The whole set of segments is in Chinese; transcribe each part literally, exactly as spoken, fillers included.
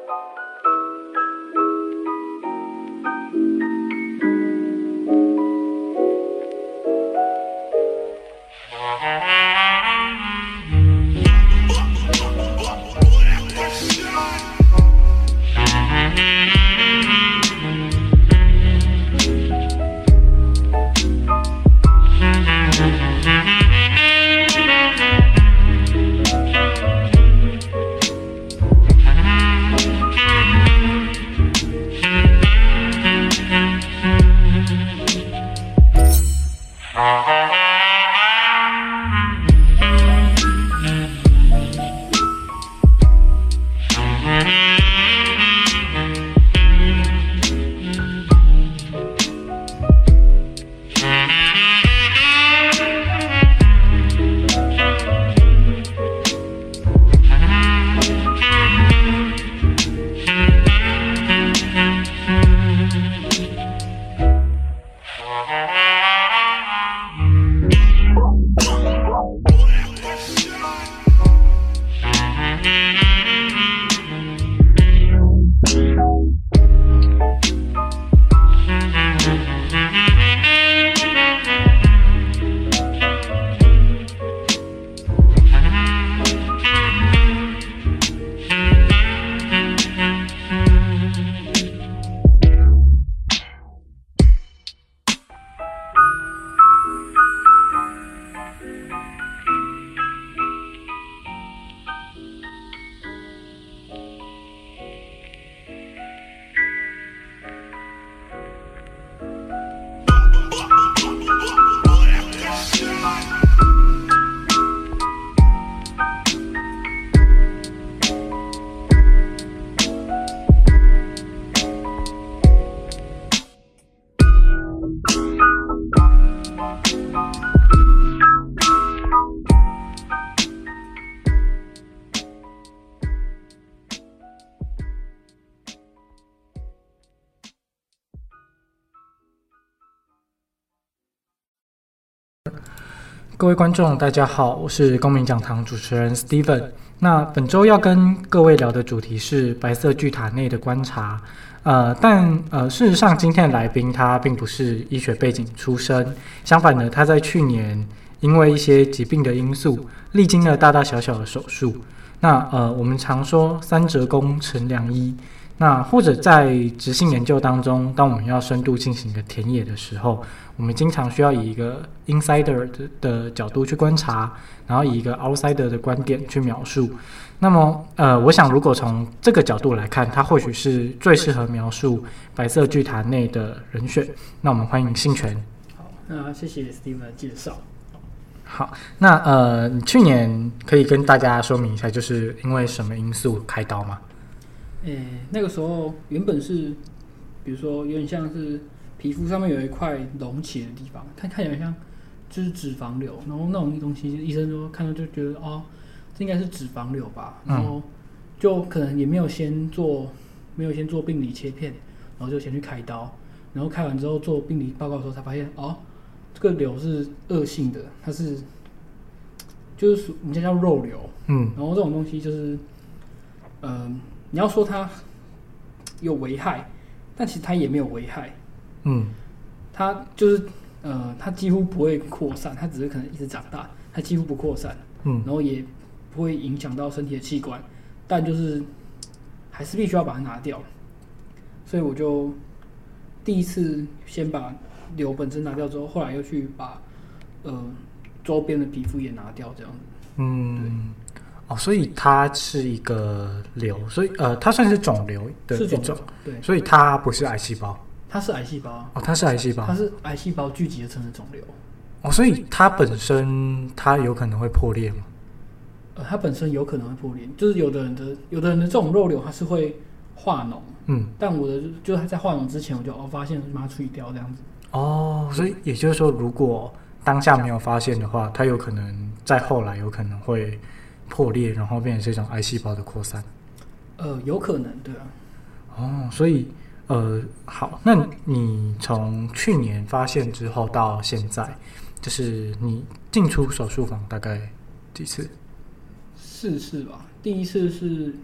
各位观众大家好，我是公民讲堂主持人 Steven。 那本周要跟各位聊的主题是白色巨塔内的观察。呃，但呃，事实上今天的来宾他并不是医学背景出身，相反的，他在去年因为一些疾病的因素，历经了大大小小的手术。那呃，我们常说三折肱成良医。那或者在质性研究当中，当我们要深度进行一个田野的时候，我们经常需要以一个 insider 的, 的角度去观察，然后以一个 outsider 的观点去描述。那么，呃，我想如果从这个角度来看，它或许是最适合描述白色巨塔内的人选。那我们欢迎信全。 好，那谢谢 Steven 的介绍。 好，那呃，你去年可以跟大家说明一下，就是因为什么因素开刀吗？ 诶，那个时候原本是，比如说有点像是皮肤上面有一块隆起的地方，看看起来像就是脂肪瘤，然后那种东西医生说看到就觉得哦，这应该是脂肪瘤吧，然后就可能也没有先做没有先做病理切片，然后就先去开刀，然后开完之后做病理报告的时候才发现哦，这个瘤是恶性的，它是就是属人家叫肉瘤，嗯，然后这种东西就是嗯。呃你要说它有危害，但其实它也没有危害。嗯，它就是呃，它几乎不会扩散，它只是可能一直长大，它几乎不扩散。嗯，然后也不会影响到身体的器官，但就是还是必须要把它拿掉。所以我就第一次先把瘤本身拿掉之后，后来又去把呃周边的皮肤也拿掉，这样子。嗯，对。 哦，所以它是一个瘤，所以呃，它算是肿瘤的一种， 对， 所以它不是癌细胞， 它是癌细胞。 哦，它是癌细胞， 它是癌细胞聚集而成的肿瘤。 哦，所以它本身它有可能会破裂吗？ 呃，它本身有可能会破裂，就是有的人的有的人的这种肉瘤它是会化脓，嗯，但我的就是在化脓之前我就哦发现把它处理掉这样子。 哦，所以也就是说，如果当下没有发现的话，它有可能在后来有可能会破裂，然后变成这种癌细胞的扩散。 呃，有可能，对啊。 哦，所以呃，好，那你从去年发现之后到现在，就是你进出手术房大概几次？ 四次吧。第一次是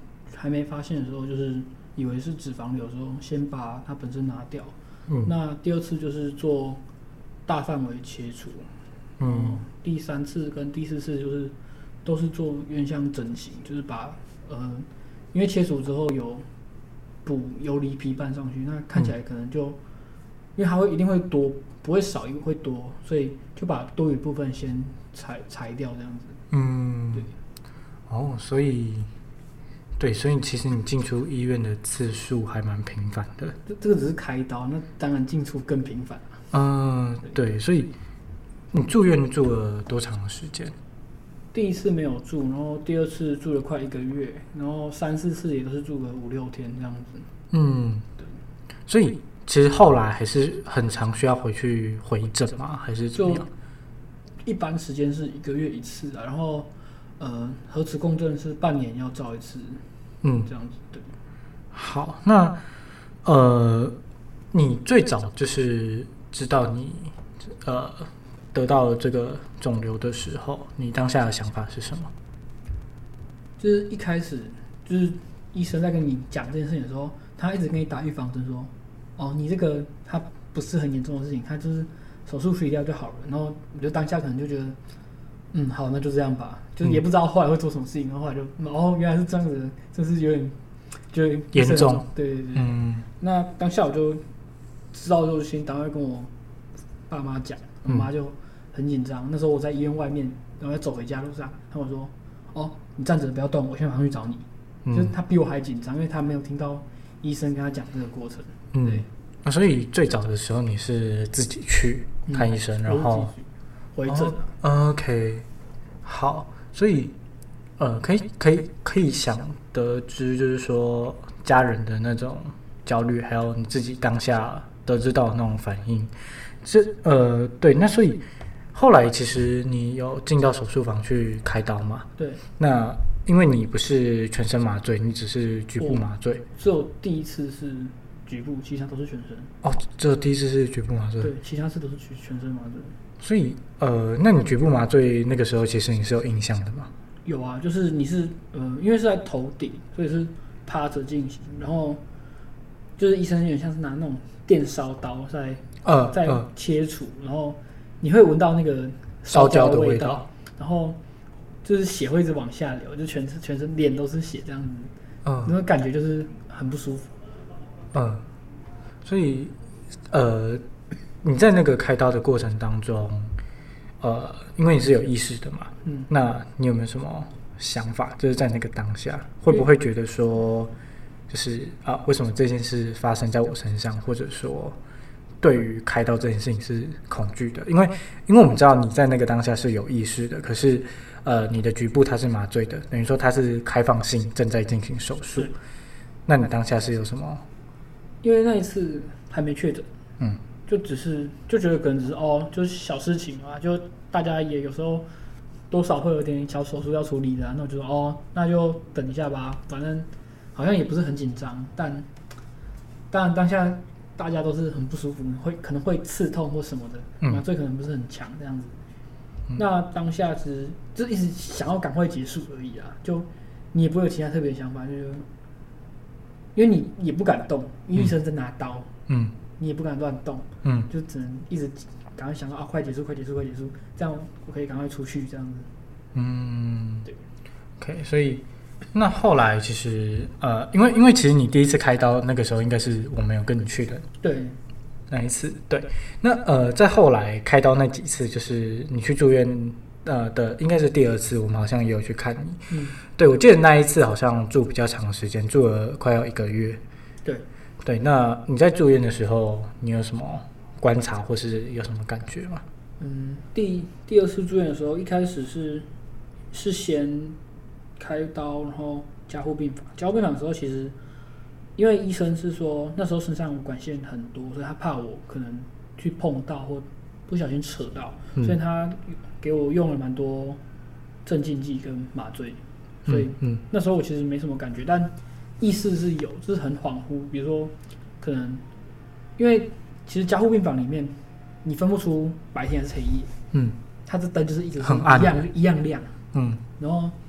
还没发现的时候，就是以为是脂肪瘤的时候，先把它本身拿掉。 嗯， 那第二次就是做大范围切除。嗯，第三次跟第四次就是都是做有点像整形，就是把呃，因为切除之后有补游离皮瓣上去，那看起来可能就、嗯、因为它会一定会多，不会少，因为会多，所以就把多余部分先裁裁掉这样子。 嗯， 对。 哦，所以对，所以其实你进出医院的次数还蛮频繁的。 这这个只是开刀，那当然进出更频繁。 嗯，对，对，所以你住院住了多长的时间？ 第一次没有住，然后第二次住了快一个月，然后三四次也都是住个五六天这样子。 嗯，对。所以其实后来还是很常需要回去回诊吗？还是怎么样？ 一般时间是一个月一次啊，然后呃，核磁共振是半年要照一次。嗯，这样子对。 好，那呃，你最早就是知道你呃。得到了这个肿瘤的时候，你当下的想法是什么？ 就是一开始，就是医生在跟你讲这件事情的时候，他一直跟你打预防针，说：“哦，你这个它不是很严重的事情，它就是手术处理掉就好了。”然后我就当下可能就觉得，嗯，好，那就这样吧，就是也不知道后来会做什么事情。然后后来就，哦，原来是这样子，就是有点，就严重。 对对对。 嗯。 那当下我就知道，就先赶快跟我爸妈讲，我妈就很紧张。那时候我在医院外面，然后在走回家路上，他跟我说：“哦，你站着不要动，我现在马上去找你。嗯”就是他比我还紧张，因为他没有听到医生跟他讲这个过程。 嗯， 对。 啊，所以最早的时候你是自己去看医生，嗯、然后回诊、 哦。OK， 好，所以呃，可以可以可以想得知，就是说家人的那种焦虑，还有你自己当下得知到的那种反应。这呃对，那所以后来其实你有进到手术房去开刀嘛？ 对。 那因为你不是全身麻醉，你只是局部麻醉。 只有第一次是局部，其他都是全身。 哦，只有第一次是局部麻醉。 对，其他次都是全身麻醉。 所以呃，那你局部麻醉那个时候其实你是有印象的吗？ 有啊，就是你是呃，因为是在头顶，所以是趴着进行，然后就是医生有点像是拿那种电烧刀在。呃，在切除，然后你会闻到那个烧焦的味道，味道然后就是血会一直往下流，就全身全身脸都是血这样子，嗯，那种感觉就是很不舒服。 嗯，所以呃，你在那个开刀的过程当中，呃，因为你是有意识的嘛，嗯，那你有没有什么想法？就是在那个当下，会不会觉得说，就是啊，为什么这件事发生在我身上，或者说？对于开刀这件事情是恐惧的，因为因为我们知道你在那个当下是有意识的，可是呃你的局部它是麻醉的，等于说它是开放性正在进行手术。那你当下是有什么？ 因为那一次还没确诊，嗯，就只是就觉得可能只是哦，就是小事情啊，就大家也有时候多少会有点小手术要处理的、啊，那我就说哦，那就等一下吧，反正好像也不是很紧张，但当然当下。大家都是很不舒服，会可能会刺痛或什么的，麻醉可能不是很强这样子。嗯、那当下只就一直想要赶快结束而已啊，就你也不会有其他特别的想法，就是因为你也不敢动，因为医生在拿刀，嗯，你也不敢乱动，嗯，就只能一直赶快想到啊，快结束，快结束，快结束，这样我可以赶快出去这样子。嗯，对 ，OK， 所以。那后来其实呃，因为因为其实你第一次开刀那个时候应该是我没有跟你去的， 对， 那一次对。那呃，在后来开刀那几次，就是你去住院呃的，应该是第二次，我们好像也有去看你。嗯，对，我记得那一次好像住比较长的时间，住了快要一个月。 对， 对。那你在住院的时候，你有什么观察或是有什么感觉吗？ 嗯，第第二次住院的时候，一开始是是先。开刀，然后加护病房。加护病房的时候，其实因为医生是说那时候身上管线很多，所以他怕我可能去碰到或不小心扯到，嗯、所以他给我用了蛮多镇静剂跟麻醉。所以、嗯嗯、那时候我其实没什么感觉，但意识是有，就是很恍惚。比如说，可能因为其实加护病房里面你分不出白天还是黑夜，嗯，它的灯就是一直很暗，一样一样亮，嗯，然后。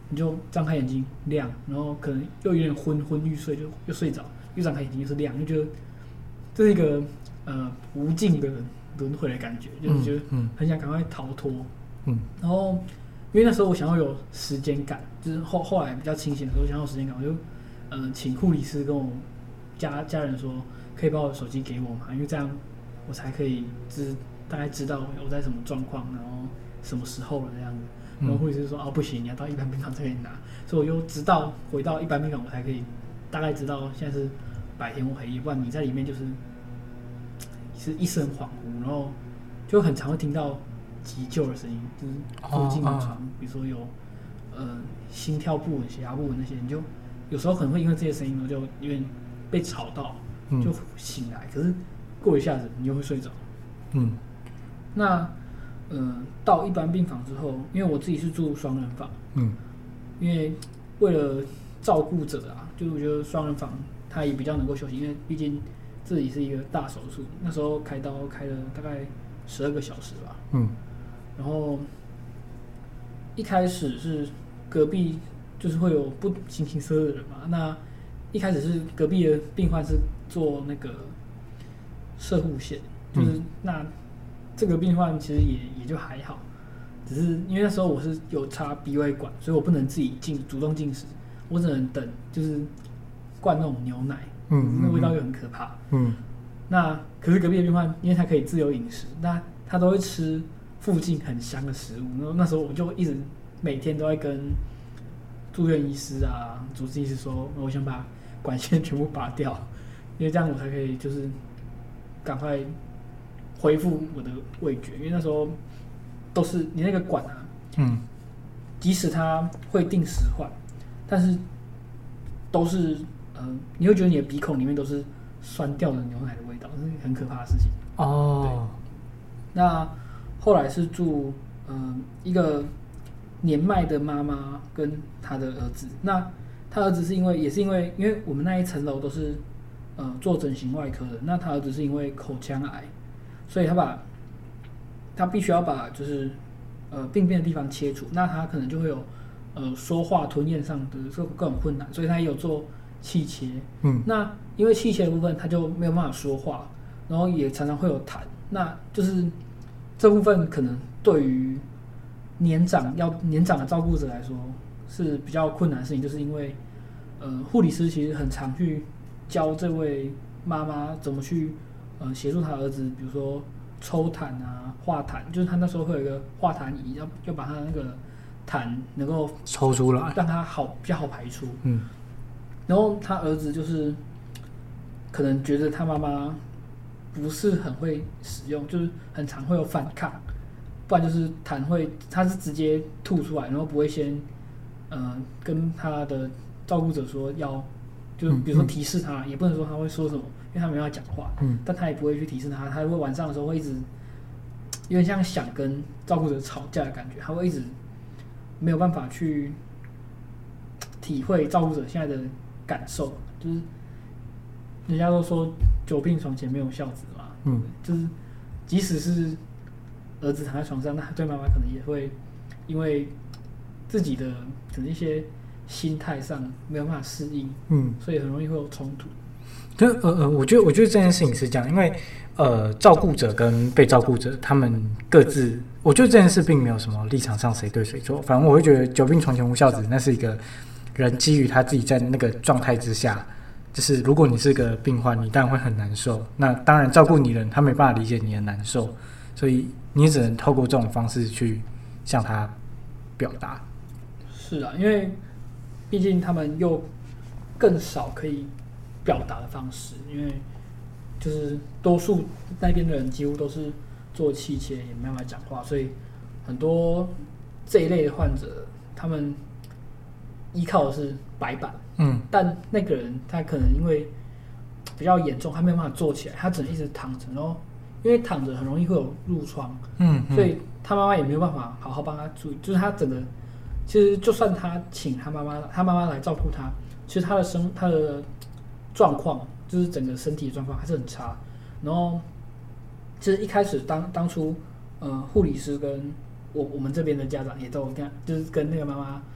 你就张开眼睛亮，然后可能又有点昏昏欲睡，就又睡着，又张开眼睛又是亮，就觉得这是一个呃无尽的轮回的感觉，就是觉得很想赶快逃脱。嗯，然后因为那时候我想要有时间感，就是后后来比较清醒的时候想要有时间感，我就呃请护理师跟我家家人说，可以把我的手机给我嘛，因为这样我才可以知大概知道我在什么状况，然后什么时候了这样子。然后护理师说：“哦，不行，你要到一般病房才可以拿。”所以我又直到回到一般病房，我才可以大概知道现在是白天或黑夜，不然你在里面就是是一身恍惚，然后就很常会听到急救的声音，就是附近的床，哦、比如说有呃心跳不稳、血压不稳那些，你就有时候可能会因为这些声音，我就有点被吵到，就醒来。嗯、可是过一下子你又会睡着。嗯，那。呃，到一般病房之后，因为我自己是住双人房，嗯，因为为了照顾者啊，就我觉得双人房它也比较能够休息，因为毕竟这里是一个大手术，那时候开刀开了大概十二个小时吧，嗯，然后一开始是隔壁就是会有不形形色色的人嘛，那一开始是隔壁的病患是做那个射护线，就是那。嗯这个病患其实也也就还好，只是因为那时候我是有插鼻胃管，所以我不能自己进主动进食，我只能等，就是灌那种牛奶，嗯，那味道又很可怕，嗯。那可是隔壁的病患，因为他可以自由饮食，那他都会吃附近很香的食物，然后那时候我就一直每天都在跟住院医师啊、主治医师说，我想把管线全部拔掉，因为这样我才可以就是赶快。恢复我的味觉，因为那时候都是你那个管啊，嗯，即使它会定时换，但是都是呃，你会觉得你的鼻孔里面都是酸掉的牛奶的味道，是很可怕的事情。哦，那后来是住呃一个年迈的妈妈跟她的儿子，那他儿子是因为也是因为因为我们那一层楼都是呃做整形外科的，那他儿子是因为口腔癌。所以他把，他必须要把就是呃病变的地方切除，那他可能就会有呃说话吞咽上的这个各种困难，所以他也有做气切。嗯，那因为气切的部分他就没有办法说话，然后也常常会有痰，那就是这部分可能对于年长要年长的照顾者来说是比较困难的事情，就是因为呃护理师其实很常去教这位妈妈怎么去。呃，协助他儿子，比如说抽痰啊、化痰，就是他那时候会有一个化痰仪，要要把他那个痰能够抽出来， 让他好比较好排出。嗯，然后他儿子就是可能觉得他妈妈不是很会使用，就是很常会有反抗，不然就是痰会他是直接吐出来，然后不会先呃跟他的照顾者说要，就比如说提示他，嗯嗯、也不能说他会说什么。因为他没办法讲话，嗯，但他也不会去提示他，他会晚上的时候会一直有点像想跟照顾者吵架的感觉，他会一直没有办法去体会照顾者现在的感受，就是人家都说久病床前没有孝子嘛，嗯，就是即使是儿子躺在床上，那对妈妈可能也会因为自己的可能一些心态上没有办法适应，嗯，所以很容易会有冲突。 就呃呃，我觉得我觉得这件事情是这样，因为呃，照顾者跟被照顾者他们各自，我觉得这件事并没有什么立场上谁对谁错，反正我会觉得久病床前无孝子，那是一个人基于他自己在那个状态之下，就是如果你是个病患，你当然会很难受，那当然照顾你的人他没办法理解你的难受，所以你只能透过这种方式去向他表达。 是啊，因为毕竟他们又更少可以表达的方式，因为就是多数那边的人几乎都是做气切，也没办法讲话，所以很多这一类的患者，他们依靠的是白板，嗯，但那个人他可能因为比较严重，他没有办法坐起来，他只能一直躺着，然后因为躺着很容易会有褥疮，嗯，所以他妈妈也没有办法好好帮他注意，就是他整个其实就算他请他妈妈，他妈妈来照顾他，其实他的生他的状况就是整个身体的状况还是很差。然后其实一开始当当初呃护理师跟我我们这边的家长也都跟就是跟那个妈妈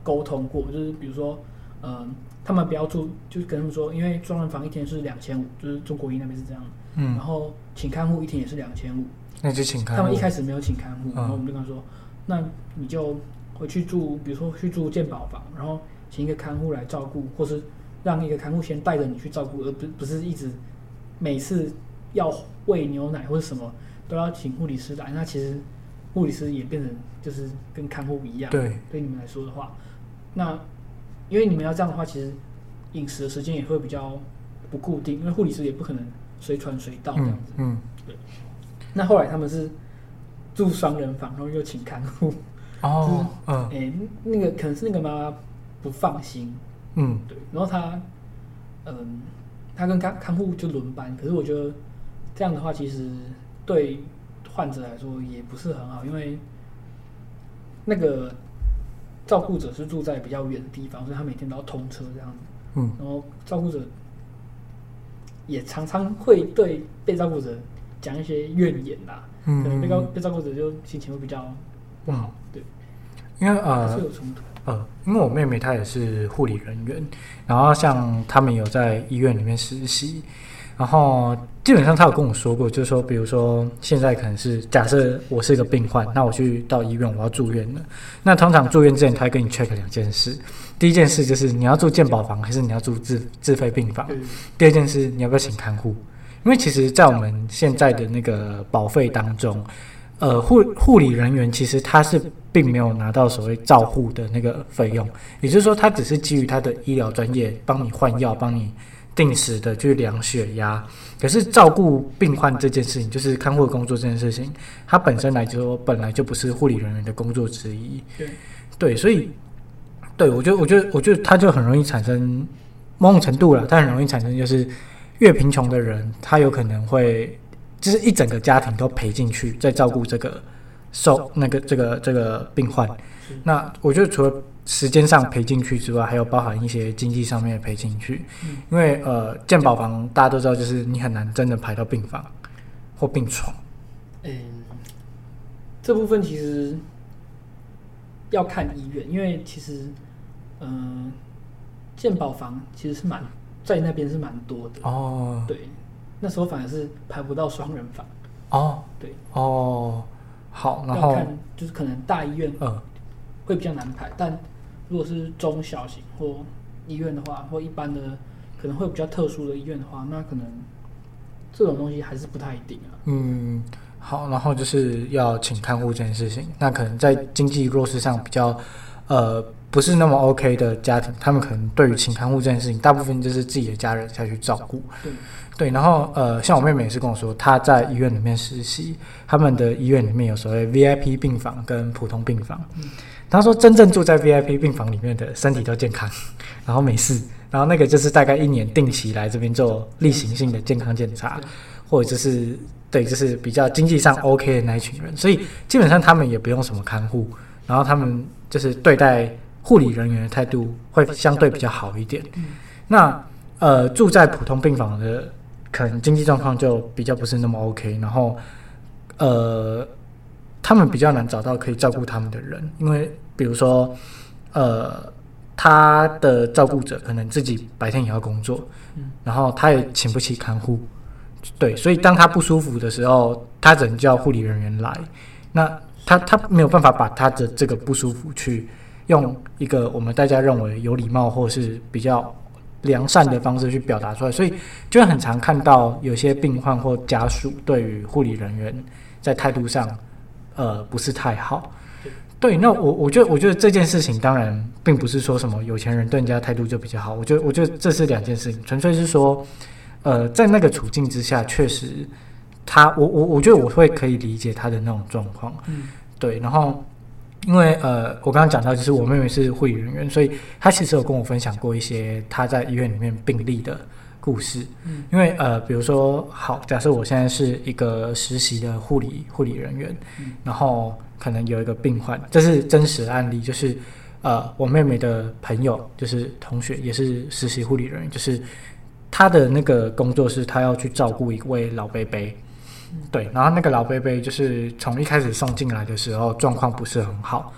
沟通过，就是比如说，嗯，他们不要住，就跟他们说，因为双人房一天是两千五，就是中国医那边是这样，嗯，然后请看护一天也是两千五， 那就请看护。 他们一开始没有请看护，嗯、然后我们就跟他说，那你就回去住，比如说去住健保房，然后请一个看护来照顾，或是让一个看护先带着你去照顾，而不不是一直每次要喂牛奶或者什么都要请护理师来，那其实护理师也变成就是跟看护一样， 对， 对你们来说的话，那因为你们要这样的话，其实饮食的时间也会比较不固定，因为护理师也不可能随传随到这样子，嗯，嗯对。那后来他们是住双人房，然后又请看护，哦，嗯，哎、欸，那个可能是那个妈妈不放心，嗯，对，然后他，嗯，他跟看看护就轮班，可是我觉得这样的话，其实对患者来说也不是很好，因为那个照顾者是住在比较远的地方，所以他每天都要通车这样子，嗯，然后照顾者也常常会对被照顾者讲一些怨言啦，嗯，可能被照被照顾者就心情会比较不好，嗯、对， 因为呃是有冲突。 呃，因为我妹妹她也是护理人员，然后像他们有在医院里面实习，然后基本上她有跟我说过，就是说，比如说现在可能是假设我是一个病患，那我去到医院我要住院了，那通常住院之前她会跟你 check 两件事，第一件事就是你要住健保房还是你要住自自费病房，第二件事你要不要请看护，因为其实在我们现在的那个保费当中。呃，护护理人员其实他是并没有拿到所谓照护的那个费用，也就是说，他只是基于他的医疗专业帮你换药，帮你定时的去量血压。可是照顾病患这件事情，就是看护工作这件事情，它本身来说本来就不是护理人员的工作之一。对，对，所以，对我觉得，我觉得，我觉得他就很容易产生某种程度了，他很容易产生就是越贫穷的人，他有可能会。就是一整个家庭都赔进去，在照顾这个受那个这个这个病患。那我觉得除了时间上赔进去之外，还有包含一些经济上面的赔进去。因为呃，健保房大家都知道，就是你很难真的排到病房或病床。 嗯，这部分其实要看医院，因为其实嗯、呃，健保房其实是蛮在那边是蛮多的哦。对。那时候反而是排不到双人房哦， 对哦，好，然后要看就是可能大医院呃会比较难排，嗯、但如果是中小型或医院的话，或一般的可能会比较特殊的医院的话，那可能这种东西还是不太一定啊。 嗯，好，然后就是要请看护这件事情，那可能在经济弱势上比较呃不是那么 OK 的家庭，他们可能对于请看护这件事情，大部分就是自己的家人才去照顾。对。对，然后呃，像我妹妹也是跟我说，她在医院里面实习，他们的医院里面有所谓 V I P 病房跟普通病房。嗯、她说，真正住在 V I P 病房里面的身体都健康，然后没事，然后那个就是大概一年定期来这边做例行性的健康检查，或者就是对，就是比较经济上 OK 的那一群人，所以基本上他们也不用什么看护，然后他们就是对待护理人员的态度会相对比较好一点。嗯、那呃，住在普通病房的。可能经济状况就比较不是那么 OK， 然后呃，他们比较难找到可以照顾他们的人，因为比如说呃，他的照顾者可能自己白天也要工作，然后他也请不起看护，对，所以当他不舒服的时候，他只能叫护理人员来，那他他没有办法把他的这个不舒服去用一个我们大家认为有礼貌或是比较良善的方式去表达出来，所以就很常看到有些病患或家属对于护理人员在态度上，呃，不是太好。对，那我我觉得我觉得这件事情当然并不是说什么有钱人对人家态度就比较好，我觉得我觉得这是两件事情，纯粹是说，呃，在那个处境之下，确实他我我我觉得我会可以理解他的那种状况，嗯，对，然后。因为呃，我刚刚讲到，就是我妹妹是护理人员，所以她其实有跟我分享过一些她在医院里面病例的故事。嗯、因为呃，比如说，好，假设我现在是一个实习的护理护理人员，嗯、然后可能有一个病患，这是真实的案例，就是呃，我妹妹的朋友，就是同学，也是实习护理人员，就是她的那个工作是她要去照顾一位老伯伯。对，然后那个老伯伯就是从一开始送进来的时候状况不是很好，然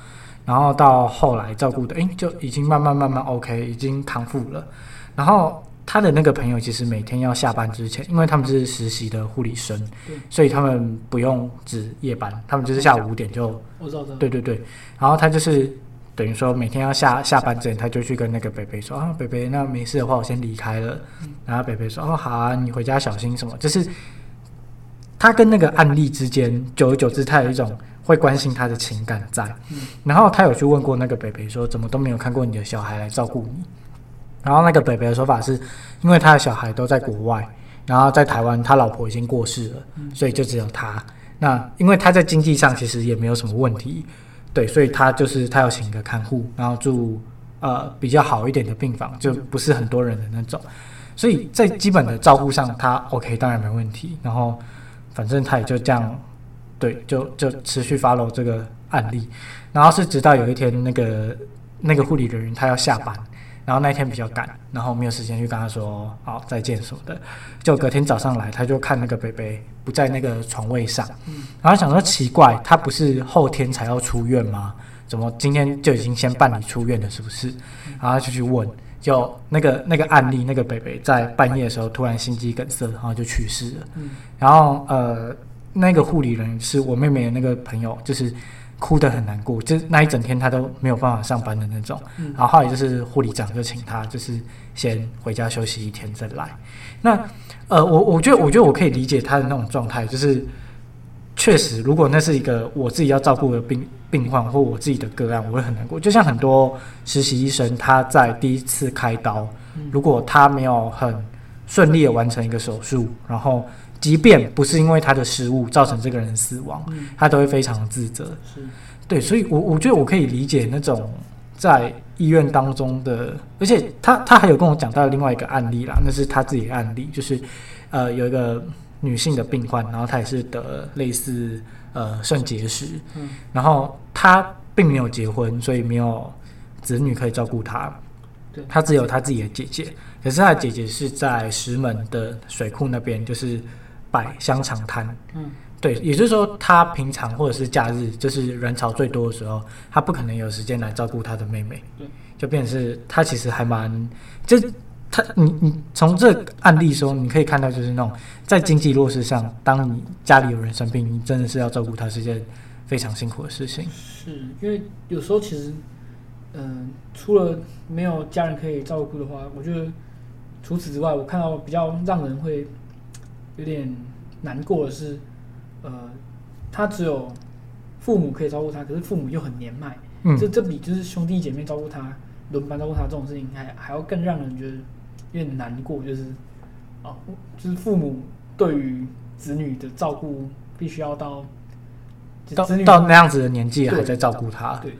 然后到后来照顾的，哎，就已经慢慢慢慢 OK， 已经康复了。然后他的那个朋友其实每天要下班之前，因为他们是实习的护理生，所以他们不用值夜班，他们就是下午五点就， 我知道， 对对对。然后他就是等于说每天要下下班之前，他就去跟那个北北说啊，北北，那没事的话我先离开了。嗯、然后北北说哦好啊，你回家小心什么，就是他跟那个案例之间，久而久之，他有一种会关心他的情感在。嗯、然后他有去问过那个北北说，怎么都没有看过你的小孩来照顾你。然后那个北北的说法是，因为他的小孩都在国外，然后在台湾他老婆已经过世了，所以就只有他。那因为他在经济上其实也没有什么问题，对，所以他就是他要请一个看护，然后住呃比较好一点的病房，就不是很多人的那种。所以在基本的照顾上，他 OK 当然没问题。然后反正他也就这样，对，就就持续 follow 这个案例。然后是直到有一天那个那个护理人员他要下班。然后那一天比较赶，然后没有时间去跟他说好再见什么的，就隔天早上来，他就看那个北北不在那个床位上，然后想说奇怪，他不是后天才要出院吗？怎么今天就已经先办理出院了，是不是？然后就去问，就那个那个案例，那个北北在半夜的时候突然心肌梗塞，然后就去世了。然后呃，那个护理人是我妹妹的那个朋友，就是哭得很难过，就是那一整天他都没有办法上班的那种。嗯、然后后来就是护理长就请他，就是先回家休息一天再来。那呃，我我觉得我觉得我可以理解他的那种状态，就是确实，如果那是一个我自己要照顾的病病患或我自己的个案，我会很难过。就像很多实习医生，他在第一次开刀，如果他没有很顺利的完成一个手术，然后即便不是因为他的失误造成这个人死亡，嗯、他都会非常的自责。对，所以我我觉得我可以理解那种在医院当中的，而且他他还有跟我讲到另外一个案例啦，那是他自己的案例，就是呃有一个女性的病患，然后她也是得类似呃肾结石，嗯、然后她并没有结婚，所以没有子女可以照顾她，她只有她自己的姐姐，可是她的姐姐是在石门的水库那边，就是摆香肠摊，嗯，对，也就是说，他平常或者是假日，就是人潮最多的时候，他不可能有时间来照顾他的妹妹，对，就变成是他其实还蛮，就他你你从这个案例说，你可以看到就是那种在经济弱势上，当你家里有人生病，你真的是要照顾他是件非常辛苦的事情。 是因为有时候其实，嗯、呃，除了没有家人可以照顾的话，我觉得除此之外，我看到比较让人会有点难过的是，呃，他只有父母可以照顾他，可是父母又很年迈，嗯，这这比就是兄弟姐妹照顾他、轮班照顾他这种事情还还要更让人觉得有点难过，就是哦，就是父母对于子女的照顾必须要到到到那样子的年纪还在照顾他， 对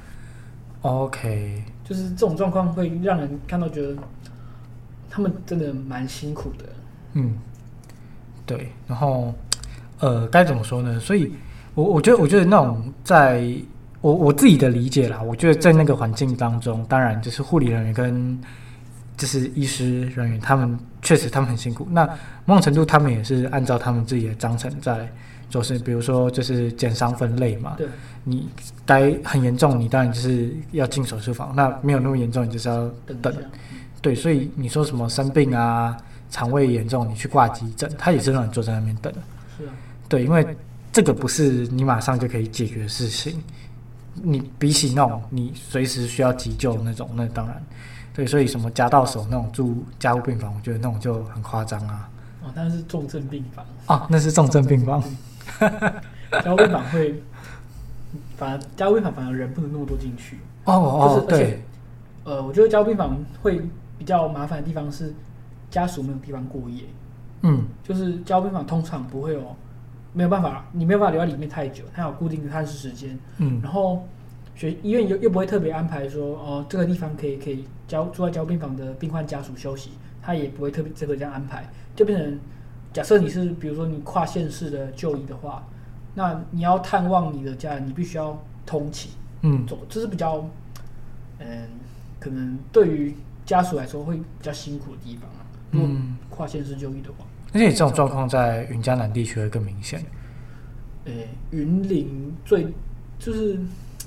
，OK， 就是这种状况会让人看到觉得他们真的蛮辛苦的， 嗯。对，然后，呃，该怎么说呢？所以我，我我觉得，我觉得那种在我我自己的理解啦，我觉得在那个环境当中，当然就是护理人员跟就是医师人员，他们确实他们很辛苦。那某种程度，他们也是按照他们自己的章程在做事，比如说就是减伤分类嘛。对，你该很严重，你当然就是要进手术房；那没有那么严重，你就是要等。对，所以你说什么生病啊？肠胃严重，你去挂急诊，他也是让你坐在那边等。是啊，对，因为这个不是你马上就可以解决的事情。你比起那种你随时需要急救那种，那当然，对，所以什么夹到手那种住加护病房，我觉得那种就很夸张啊。 哦，那是重症病房。 哦，那是重症病房。 加护病房会，反而加护病房反而人不能那么多进去。 哦哦， 就是、对。呃，我觉得加护病房会比较麻烦的地方是。家属没有地方过夜，嗯，就是加护病房通常不会有，没有办法，你没有办法留在里面太久，它有固定的探视时间，嗯，然后学医院又又不会特别安排说，哦，这个地方可以可以交住在加护病房的病患家属休息，他也不会特别这个这样安排，就变成假设你是比如说你跨县市的就医的话，那你要探望你的家人，你必须要通勤，嗯，走，这是比较，嗯，可能对于家属来说会比较辛苦的地方。嗯，跨县市就医的话， 而且这种状况在云嘉南地区会更明显。 诶，云林最就是，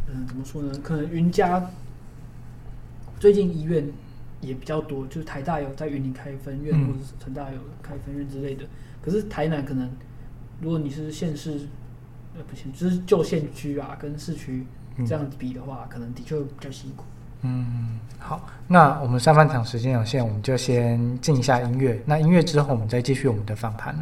嗯，怎么说呢？可能云嘉最近医院也比较多，就是台大有在云林开分院，嗯、或者是成大有开分院之类的。可是台南可能，如果你是县市，呃，不行，就是旧县区啊，跟市区这样比的话，嗯、可能的确会比较辛苦。 嗯，好，那我们上半场时间有限，我们就先进一下音乐。那音乐之后，我们再继续我们的访谈。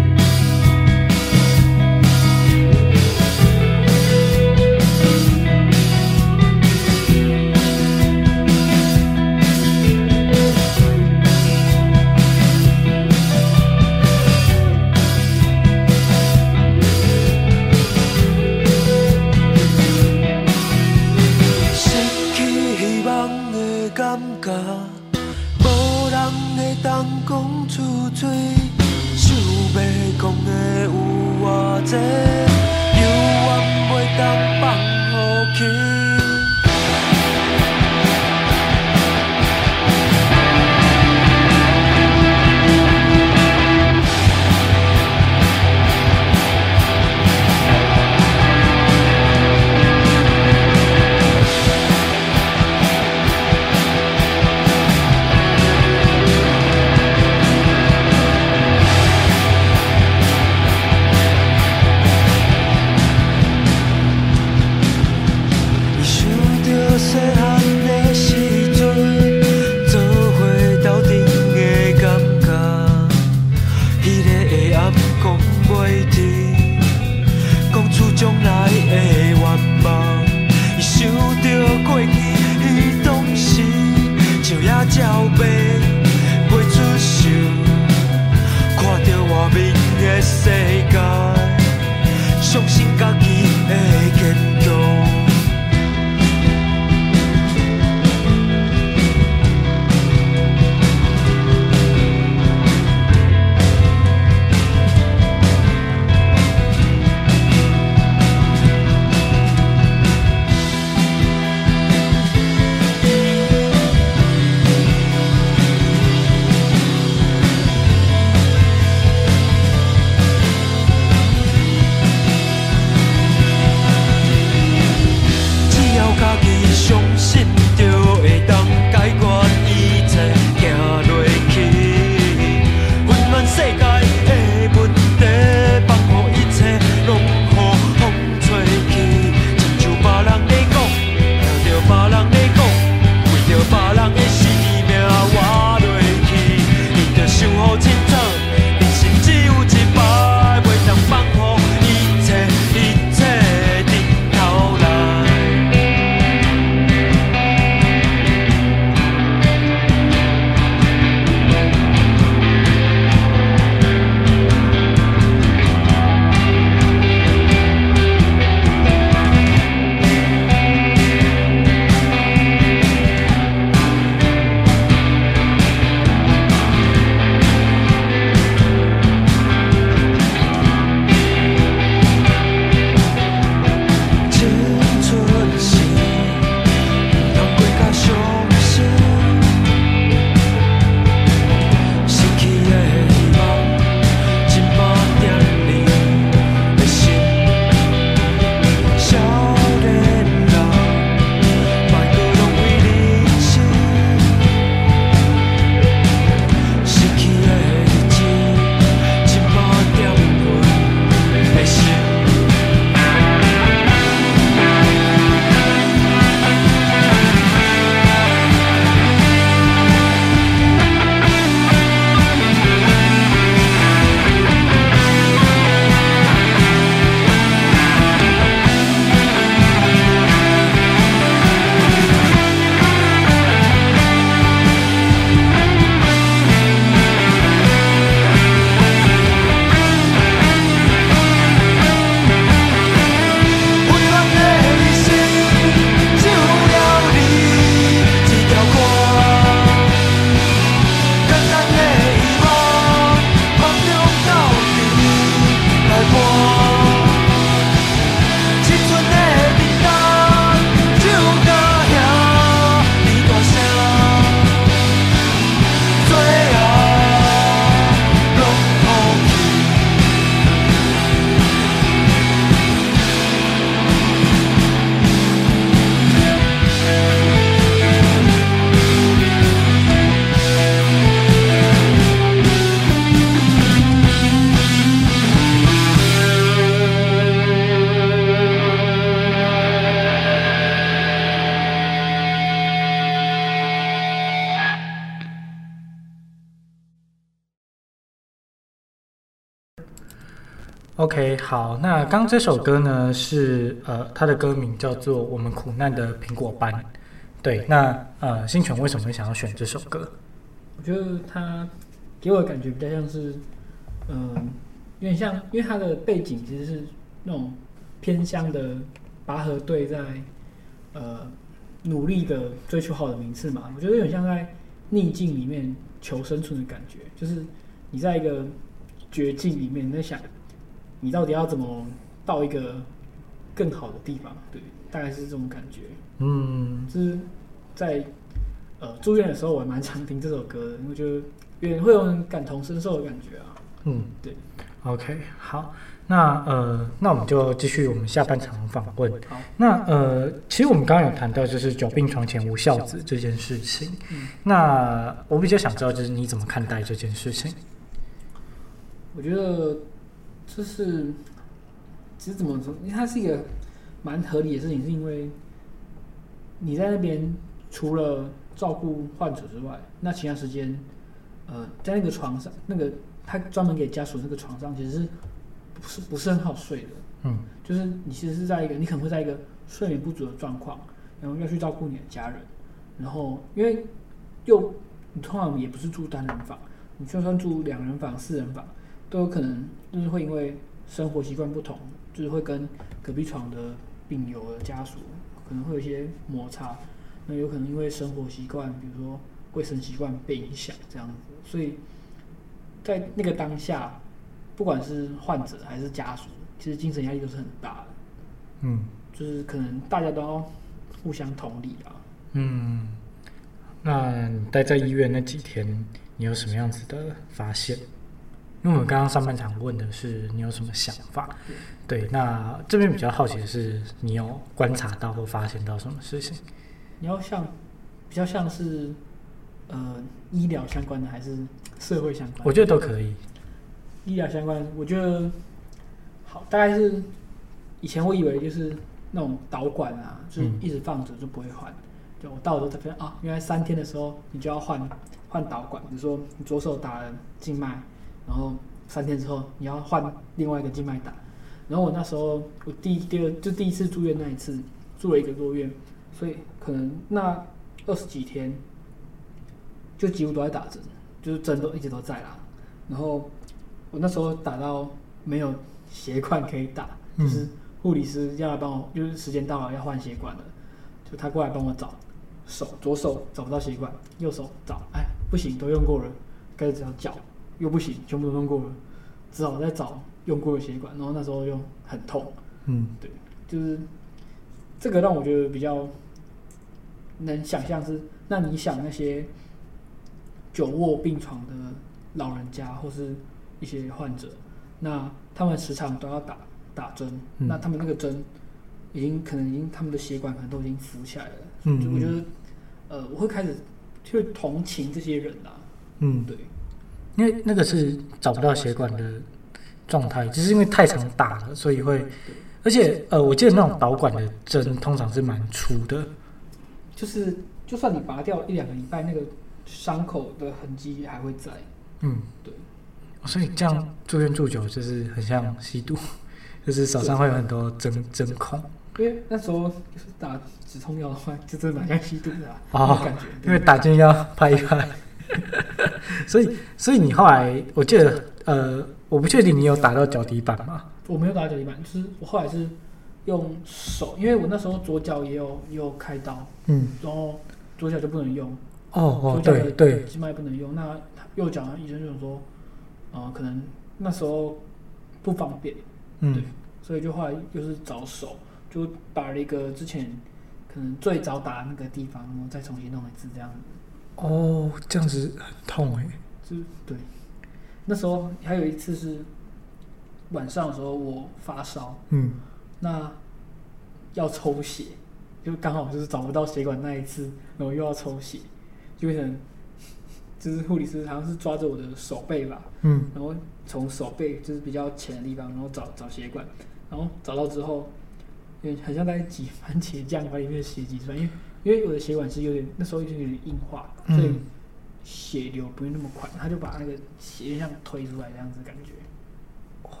OK，好，那刚这首歌呢是呃，它的歌名叫做《我们苦难的苹果班》。对，那呃，新泉为什么会想要选这首歌？ 我觉得它给我的感觉比较像是，嗯、呃，有点像，因为它的背景其实是那种偏乡的拔河队在呃努力的追求好的名次嘛。我觉得有点像在逆境里面求生存的感觉，就是你在一个绝境里面，你在想你到底要怎么到一个更好的地方，对，大概是这种感觉。 嗯， 就是在呃住院的时候，我还蛮常听这首歌的，我觉得有点会有很感同身受的感觉啊。 嗯， 对。 OK，好，那呃，那我们就继续我们下半场的访问。 好， 那呃，其实我们刚刚有谈到就是久病床前无孝子这件事情。 嗯， 那我比较想知道就是你怎么看待这件事情？ 我觉得这是其实怎么说，因为它是一个蛮合理的事情，是因为你在那边除了照顾患者之外，那其他时间，呃，在那个床上，那个他专门给家属那个床上，其实是不是不是很好睡的。 嗯， 就是你其实是在一个，你可能会在一个睡眠不足的状况，然后要去照顾你的家人，然后因为又你通常也不是住单人房，你就算住两人房、四人房，都有可能就是会因为生活习惯不同，就是会跟隔壁床的病友的家属可能会有一些摩擦，那有可能因为生活习惯，比如说卫生习惯被影响这样子，所以在那个当下，不管是患者还是家属，其实精神压力都是很大的。 嗯， 就是可能大家都要互相同理啊。 嗯，那你待在医院那几天，你有什么样子的发现？因为我们刚刚上半场问的是你有什么想法，对，那这边比较好奇的是你有观察到或发现到什么事情？ 你要像比较像是呃医疗相关的还是社会相关的？ 我觉得都可以。 医疗相关，我觉得好，大概是以前我以为就是那种导管啊，就是一直放着就不会换。就我到了之后才发现啊，原来三天的时候你就要换换导管，比如说你左手打了静脉，然后三天之后你要换另外一个静脉打。然后我那时候我第一第二就第一次住院那一次住了一个多月，所以可能那二十几天就几乎都在打针，就是针都一直都在啦。然后我那时候打到没有血管可以打， 嗯、 就是护理师要来帮我，就是时间到了要换血管了，就他过来帮我找，手左手找不到血管，右手找，哎不行都用过了，该只要脚又不行，全部都用过了，只好再找用过的血管，然后那时候又很痛， 嗯， 对，就是这个让我觉得比较能想象是，那你想那些久卧病床的老人家或是一些患者，那他们时常都要打打针，嗯、那他们那个针已经可能已经他们的血管可能都已经浮起来了，嗯，就我觉得，呃，我会开始去同情这些人啦， 嗯， 对， 因为那个是找不到血管的状态，只是因为太常打了，所以会，而且呃，我记得那种导管的针通常是蛮粗的， 就是就算你拔掉一两个礼拜，那个伤口的痕迹还会在， 嗯， 对。 所以这样住院住久就是很像吸毒，就是手上会有很多针针孔。 因为那时候就是打止痛药的话，就真的蛮像吸毒的啊， 哦， 感觉。 因为打进药拍一拍，所以所以你后来我记得呃，我不确定你有打到脚底板吗？ 我没有打到脚底板，就是我后来是用手，因为我那时候左脚也有也有开刀，嗯，然后左脚就不能用。 哦哦，对对， 静脉不能用，那右脚医生就说。呃，可能那时候不方便，嗯，对，所以就后来又是找手，就打了一个之前可能最早打的那个地方，然后再重新弄一次这样子。 哦，这样子很痛哎。 就对，那时候还有一次是晚上的时候我发烧，嗯，那要抽血，就刚好就是找不到血管那一次，然后又要抽血，就变成。就是护理师好像是抓着我的手背吧，嗯，然后从手背就是比较浅的地方，然后找找血管，然后找到之后，很像在挤番茄酱把里面的血挤出来，因为因为我的血管是有点那时候就有点硬化，所以血流不会那么快，他就把那个血像推出来这样子感觉。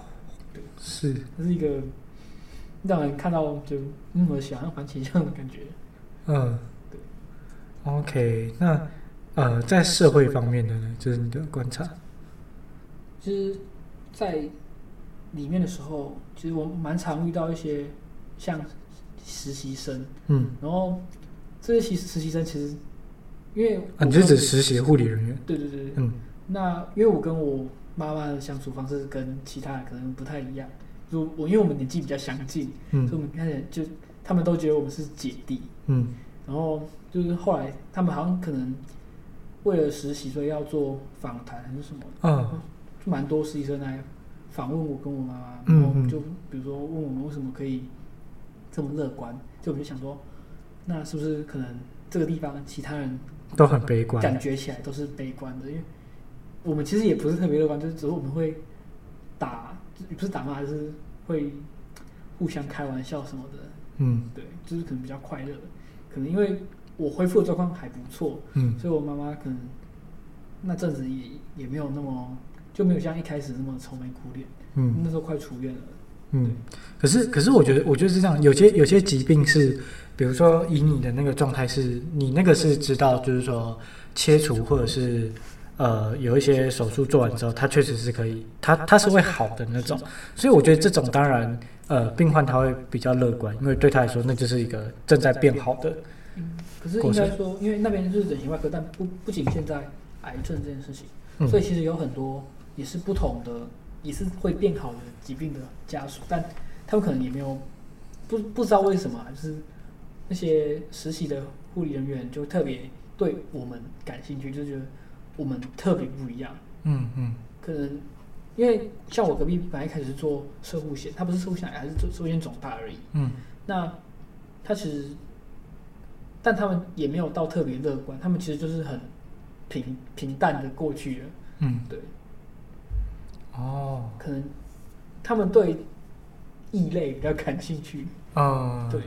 对， 是， 这是一个让人看到就嗯，我想象番茄酱的感觉。 嗯， 对。 OK，那呃，在社会方面的呢，就是你的观察。 其实，在里面的时候，其实我蛮常遇到一些像实习生， 嗯， 然后这些实实习生其实因为啊，你是指实习护理人员？ 对对对， 嗯， 那因为我跟我妈妈的相处方式跟其他人可能不太一样，就我因为我们年纪比较相近， 嗯， 所以我们开始就他们都觉得我们是姐弟， 嗯， 然后就是后来他们好像可能为了实习，所以要做访谈还是什么， 嗯， 就蛮多实习生来访问我跟我妈妈， 嗯然后就比如说问我们为什么可以这么乐观，就我们就想说，那是不是可能这个地方其他人都很悲观， 感觉起来都是悲观的，因为我们其实也不是特别乐观，就是只是我们会打，也不是打骂，就是会互相开玩笑什么的， 嗯， 对，就是可能比较快乐，可能因为我恢复的状况还不错， 嗯， 所以我妈妈可能那阵子也也没有那么就没有像一开始那么愁眉苦脸， 嗯， 那时候快出院了， 嗯，可是可是我觉得我觉得是这样，有些有些疾病是，比如说以你的那个状态是，你那个是知道就是说切除或者是呃有一些手术做完之后，它确实是可以，它它是会好的那种，所以我觉得这种当然呃病患他会比较乐观，因为对他来说那就是一个正在变好的。 嗯，可是应该说，因为那边是整形外科，但不不仅现在癌症这件事情， 嗯， 所以其实有很多也是不同的，也是会变好的疾病的家属，但他们可能也没有不不知道为什么，就是那些实习的护理人员就特别对我们感兴趣，就觉得我们特别不一样。 嗯嗯， 可能因为像我隔壁本来一开始是做射护线，他不是射护线癌，还是做射护线肿大而已。 嗯， 那他其实。但他们也没有到特别乐观，他们其实就是很平平淡的过去了。 嗯， 对。 哦， 可能他们对异类比较感兴趣。 嗯， 对。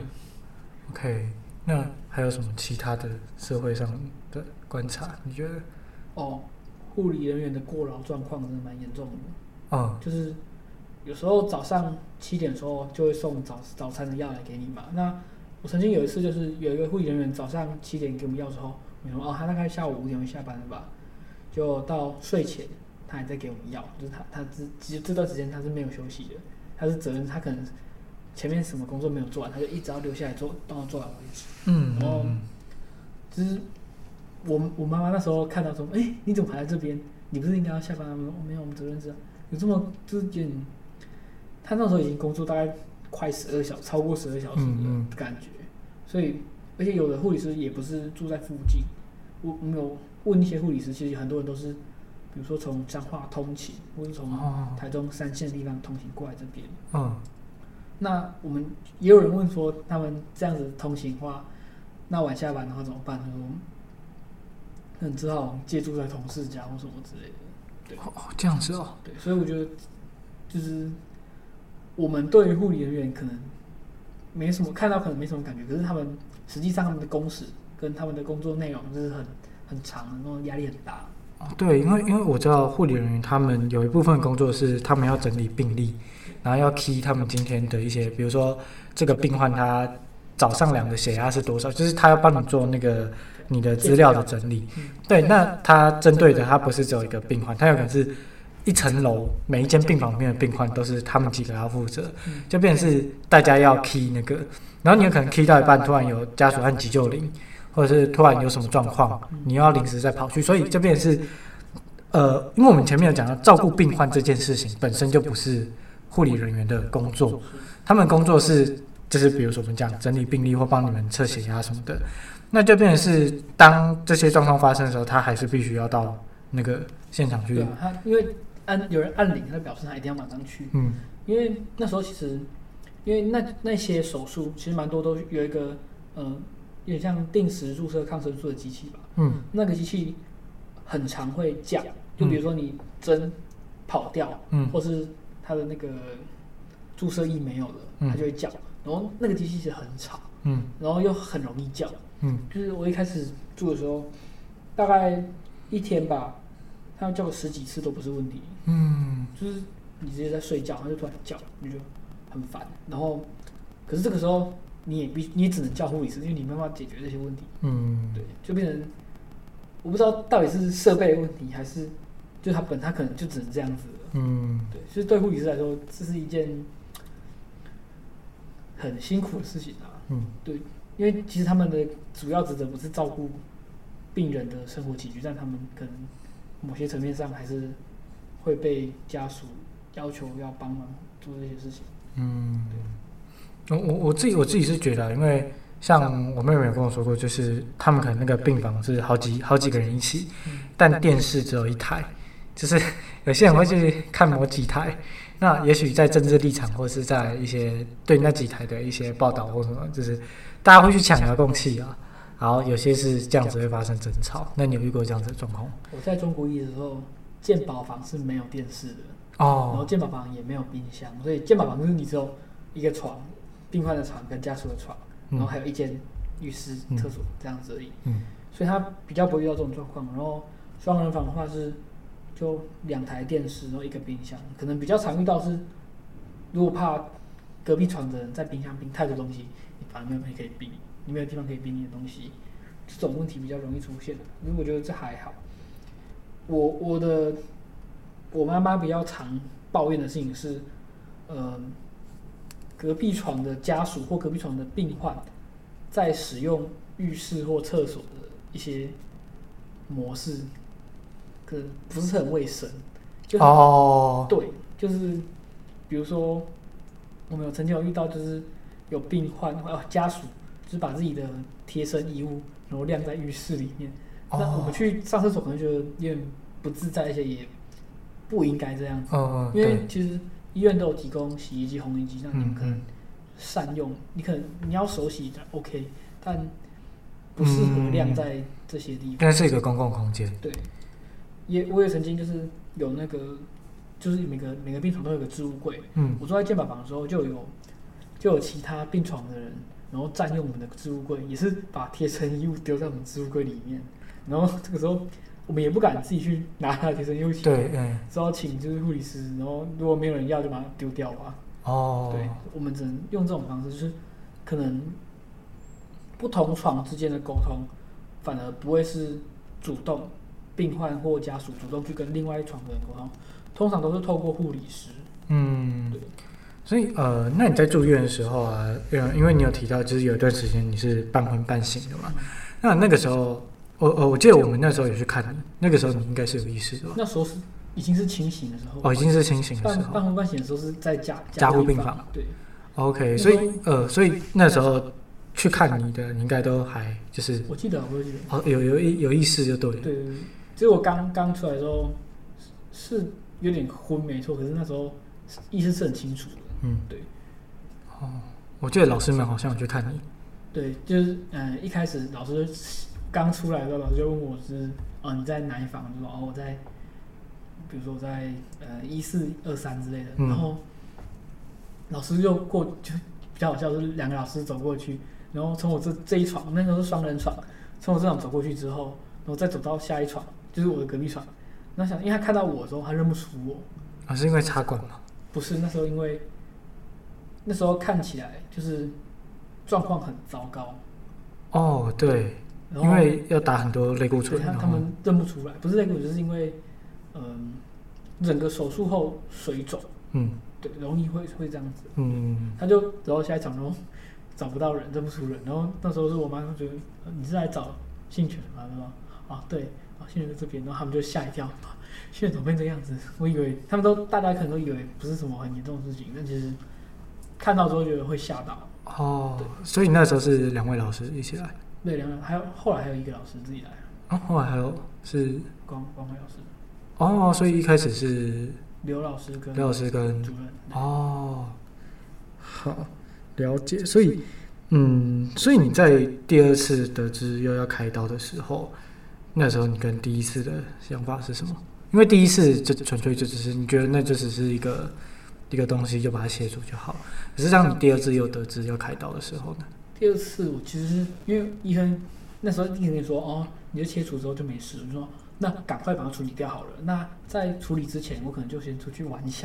OK， 那还有什么其他的社会上的观察？你觉得？ 哦，护理人员的过劳状况真的蛮严重的。 嗯， 就是有时候早上七点的时候就会送早早餐的药来给你嘛。那我曾经有一次，就是有一个护理人员早上七点给我们药之后，我说哦，他大概下午五点会下班了吧？就到睡前，他还在给我们药，就是他他这其实这段时间他是没有休息的，他是责任，他可能前面什么工作没有做完，他就一直要留下来做，到做完为止。 嗯， 然后就是我我妈妈那时候看到说，哎、欸，你怎么还在这边？你不是应该要下班了吗？没有，我们责任制有这么就是有点，他那时候已经工作大概快十二小时，超过十二小时的感觉。嗯嗯，所以，而且有的护理师也不是住在附近，我我们有问一些护理师，其实很多人都是，比如说从彰化通勤，或是从台中三线的地方通勤过来这边。 嗯， 那我们也有人问说，他们这样子通勤的话，那晚下班的话怎么办？他说，可能只好借住在同事家或什么之类的。对， 哦，这样子哦。 对，所以我觉得，就是我们对于护理人员可能。没什么看到可能没什么感觉，可是他们实际上他们的工时跟他们的工作内容就是很很长，然后压力很大。 哦，对，因为因为我知道护理人员他们有一部分工作是他们要整理病历，然后要 key 他们今天的一些，比如说这个病患他早上量的血压是多少，就是他要帮你做那个你的资料的整理。对，那他针对的他不是只有一个病患，他有可能是一层楼每一间病房里面的病患都是他们几个要负责，就变成是大家要 key 那个，然后你有可能 key 到一半，突然有家属按急救铃，或者是突然有什么状况，你要临时再跑去，所以就变成是，呃，因为我们前面有讲到，照顾病患这件事情本身就不是护理人员的工作，他们工作是就是比如说我们讲整理病历或帮你们测血压什么的，那就变成是当这些状况发生的时候，他还是必须要到那个现场去。 对啊，他因为按有人按铃，他表示他一定要马上去。 嗯， 因为那时候其实，因为那那些手术其实蛮多都有一个，呃，有点像定时注射抗生素的机器吧。 嗯， 那个机器很常会叫，就比如说你针跑掉，嗯，或是它的那个注射液没有了，它就会叫。然后那个机器其实很吵，嗯，然后又很容易叫，嗯，就是我一开始住的时候，大概一天吧。他要叫个十几次都不是问题，嗯，就是你直接在睡觉，他就突然叫，你就很烦。然后，可是这个时候你也必你也只能叫护理师，因为你没办法解决这些问题。 嗯， 对，就变成我不知道到底是设备的问题，还是就他本他可能就只能这样子了。 嗯， 对，其实对护理师来说，这是一件很辛苦的事情啊。 嗯， 对，因为其实他们的主要职责不是照顾病人的生活起居，但他们可能某些层面上还是会被家属要求要帮忙做这些事情。 嗯，我我我自己我自己是觉得，因为像我妹妹有跟我说过，就是他们可能那个病房是好几好几个人一起，但电视只有一台，就是有些人会去看某几台。那也许在政治立场，或是在一些对那几台的一些报道或什么，就是大家会去抢遥控器啊，然后有些是这样子会发生争吵。那你有遇过这样子的状况？ 我在中国医的时候，健保房是没有电视的， 哦， 然后健保房也没有冰箱，所以健保房就是你只有一个床，病患的床跟家属的床，然后还有一间浴室、 嗯、 厕所这样子而已。 嗯， 所以他比较不会遇到这种状况。然后双人房的话是就两台电视，然后一个冰箱，可能比较常遇到是，如果怕隔壁床的人在冰箱冰太多东西，你反而没有东西可以冰，你没有地方可以冰你的东西，这种问题比较容易出现。因为我觉得这还好。我我的我妈妈比较常抱怨的事情是，呃，隔壁床的家属或隔壁床的病患在使用浴室或厕所的一些模式，可不是很卫生。就哦， 对，就是比如说，我们有曾经有遇到，就是有病患啊家属，就是把自己的贴身衣物然后晾在浴室里面。 哦、 那我们去上厕所可能觉得有点不自在，而且也不应该这样子。 哦、 因为其实医院都有提供洗衣机、烘衣机，那你们可能嗯善用。你可能你要手洗的 OK， 但不适合晾在这些地方。 那是一个公共空间。 对，也我也曾经就是有那个，就是每个每个病床都有个置物柜。 嗯， 我坐在健保房的时候，就有就有其他病床的人，然后占用我们的置物柜，也是把贴身衣物丢在我们置物柜里面。然后这个时候，我们也不敢自己去拿他的贴身衣物起来， 对，嗯， 只好请就是护理师，然后如果没有人要，就把它丢掉吧。 哦， 对，我们只能用这种方式，就是可能不同床之间的沟通，反而不会是主动病患或家属主动去跟另外一床的人沟通，通常都是透过护理师。 嗯， 对。 所以呃，那你在住院的时候啊，因为你有提到，就是有一段时间你是半昏半醒的嘛，嗯、那那个时候。我我我记得我们那时候也去看你，那个时候你应该是有意识的吧？ 那时候是已经是清醒的时候。 哦，已经是清醒的时候。 半半昏半醒的时候是在加加护病房。 对。 OK， 所以呃，所以那时候去看你的，你应该都还就是。 我记得，我记得。 哦，有有有意识就对了。 对对对，就是我刚刚出来的时候是有点昏，没错，可是那时候意识是很清楚的。 嗯， 对。 哦，我记得老师们好像有去看你。 对，就是嗯、呃，一开始老师刚出来的时候，老师就问我是，哦，你在哪一房？就说哦，我在，比如说我在呃一四二三之类的。嗯、然后老师就过，就比较好笑，就是两个老师走过去，然后从我这这一床，那时候是双人床，从我这床走过去之后，然后再走到下一床，就是我的隔壁床。那想，因为他看到我的时候，他认不出我。 啊，是因为插管吗？ 不是，那时候因为那时候看起来就是状况很糟糕。 哦，对。因为要打很多类固醇， 他他们认不出来，不是类固醇，就是因为，嗯，整个手术后水肿，嗯，对，容易会会这样子，嗯，他就走到下一场，然后找不到人，认不出人，然后那时候是我妈觉得你是来找幸权吗？对吧？啊，对，啊，幸权在这边，然后他们就吓一跳，幸权怎么变这样子？我以为他们都大家可能都以为不是什么很严重的事情，但其实看到之后觉得会吓到。 哦，所以那时候是两位老师一起来。 对，两个还有后来还有一个老师自己来。 哦，后来还有是光光辉老师。 哦，所以一开始是刘老师跟刘老师跟主任。 哦，好，了解。所以，嗯，所以你在第二次得知又要开刀的时候，那时候你跟第一次的想法是什么？因为第一次就纯粹就只是你觉得那就只是一个一个东西，就把它切除就好。可是当你第二次又得知要开刀的时候呢？ 第二次我其实是因为医生那时候医生说哦，你就切除之后就没事，我就说那赶快把它处理掉好了。那在处理之前，我可能就先出去玩一下。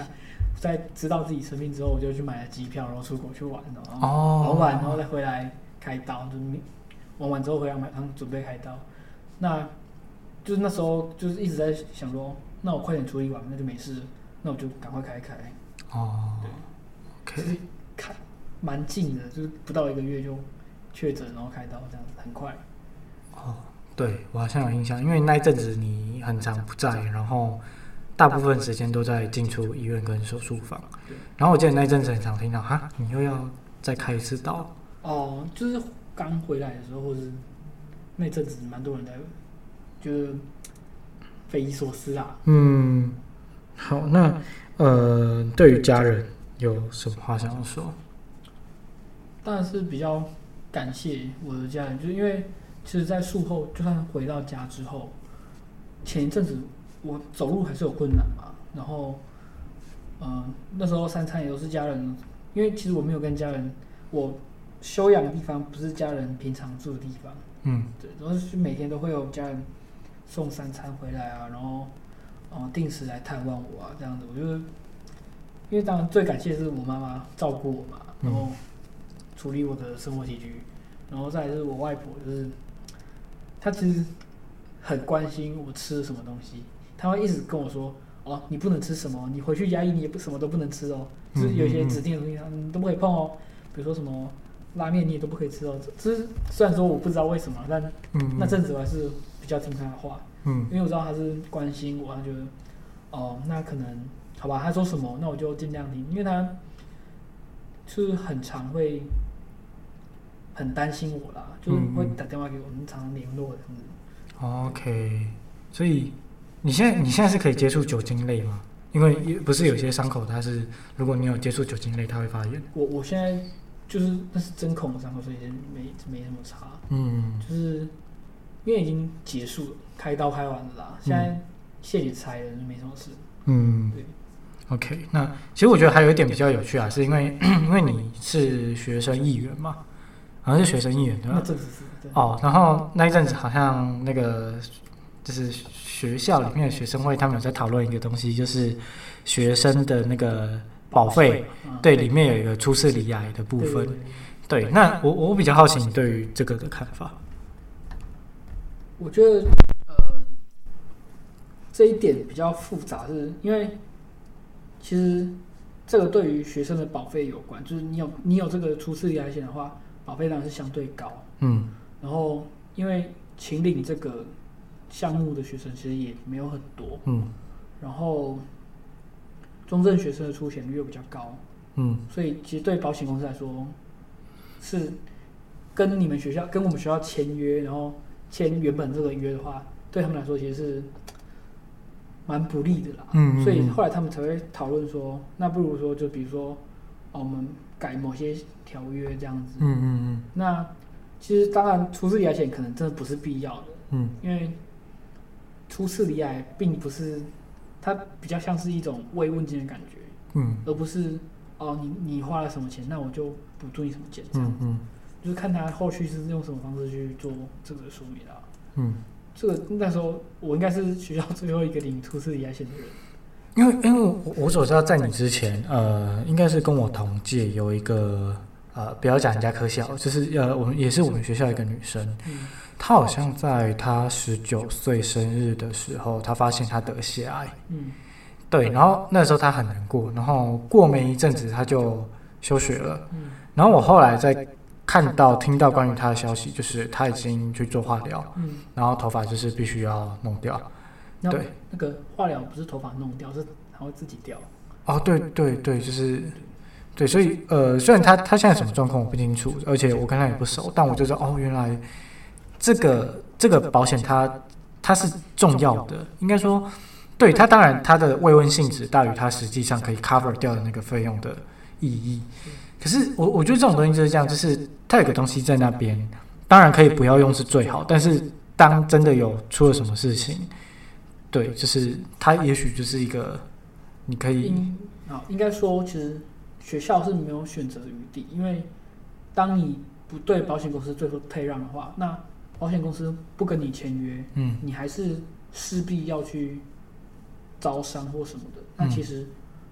在知道自己生病之后，我就去买了机票，然后出国去玩，然后哦， 玩完然后再回来开刀，就是玩完之后回来马上准备开刀。那就是那时候就是一直在想说，那我快点处理完，那就没事了，那我就赶快开开。 哦， 对，其实看蛮近的，就是不到一个月就确诊，然后开刀，这样子很快。 哦，对我好像有印象，因为那一阵子你很常不在，然后大部分时间都在进出医院跟手术房。然后我记得那一阵子很常听到，哈，你又要再开一次刀。 哦，就是刚回来的时候，或是那阵子蛮多人在，就是匪夷所思啊。 嗯，好，那呃，对于家人有什么话想要说？ 当然是比较感谢我的家人，就是因为其实，在术后就算回到家之后，前一阵子我走路还是有困难嘛，然后，嗯、呃，那时候三餐也都是家人，因为其实我没有跟家人，我休养的地方不是家人平常住的地方， 嗯， 对，然后是每天都会有家人送三餐回来啊，然后，呃，定时来探望我啊，这样子，我觉得，因为当然最感谢的是我妈妈照顾我嘛，然后处理我的生活起居，然后再来是我外婆，就是她其实很关心我吃的什么东西，她会一直跟我说，哦，你不能吃什么，你回去牙医你也不什么都不能吃哦，就是有一些指定的东西你都不可以碰哦，比如说什么拉面你也都不可以吃哦，这是虽然说我不知道为什么，但那阵子我还是比较听她的话，嗯，因为我知道她是关心我，她觉得哦，那可能好吧，她说什么那我就尽量听，因为她就是很常会很担心我啦，就是会打电话给我，我们常常联络这样子。 OK， 所以你现在你现在是可以接触酒精类吗？因为不是有些伤口它是，如果你有接触酒精类，它会发炎。 我我现在就是那是针孔的伤口，所以没没什么差。嗯，就是因为已经结束了，开刀开完了啦，现在线也拆了，就没什么事。嗯，对。 OK， 那其实我觉得还有一点比较有趣啊，是因为因为你是学生议员嘛。好像是学生议员对吧？ 那阵子是对哦，然后那一阵子好像那个就是学校里面的学生会，他们有在讨论一个东西，就是学生的那个保费，对，里面有一个初次罹癌的部分。对，那我我比较好奇你对于这个的看法。 我觉得呃这一点比较复杂，是因为其实这个对于学生的保费有关，就是你有你有这个初次罹癌险的话。保费当然是相对高，嗯，然后因为秦岭这个项目的学生其实也没有很多，嗯，然后中正学生的出险率又比较高，嗯，所以其实对保险公司来说是跟你们学校跟我们学校签约，然后签原本这个约的话，对他们来说其实是蛮不利的啦，嗯, 嗯, 嗯，所以后来他们才会讨论说，那不如说就比如说，哦，我们改某些条约这样子，嗯嗯嗯。那其实当然初次罹癌险可能真的不是必要的，嗯，因为初次罹癌并不是，它比较像是一种慰问金的感觉，嗯，而不是哦你你花了什么钱，那我就补助你什么钱这样子，嗯, 嗯，就是看他后续是用什么方式去做这个说明啊，嗯，这个那时候我应该是学校最后一个领初次罹癌险的人。 因为因为我所知道，在你之前，呃，应该是跟我同届有一个呃，不要讲人家科校，就是呃，我们也是我们学校一个女生，嗯、她好像在她十九岁生日的时候，她发现她得血癌，嗯，对，然后那时候她很难过，然后过没一阵子她就休学了，嗯，然后我后来在看到听到关于她的消息，就是她已经去做化疗，嗯，然后头发就是必须要弄掉。对， 那个化疗不是头发弄掉，是它会自己掉。 哦，对对对，就是，对，所以呃，虽然他他现在什么状况我不清楚，而且我跟他也不熟，但我就知道哦，原来这个这个保险它它是重要的，应该说，对它当然它的慰问性质大于它实际上可以 cover 掉的那个费用的意义。可是我我觉得这种东西就是这样，就是它有个东西在那边，当然可以不要用是最好，但是当真的有出了什么事情。对，就是它也许就是一个，你可以应啊，应该说，其实学校是没有选择余地，因为当你不对保险公司最后退让的话，那保险公司不跟你签约，嗯，你还是势必要去招商或什么的。那其实，嗯、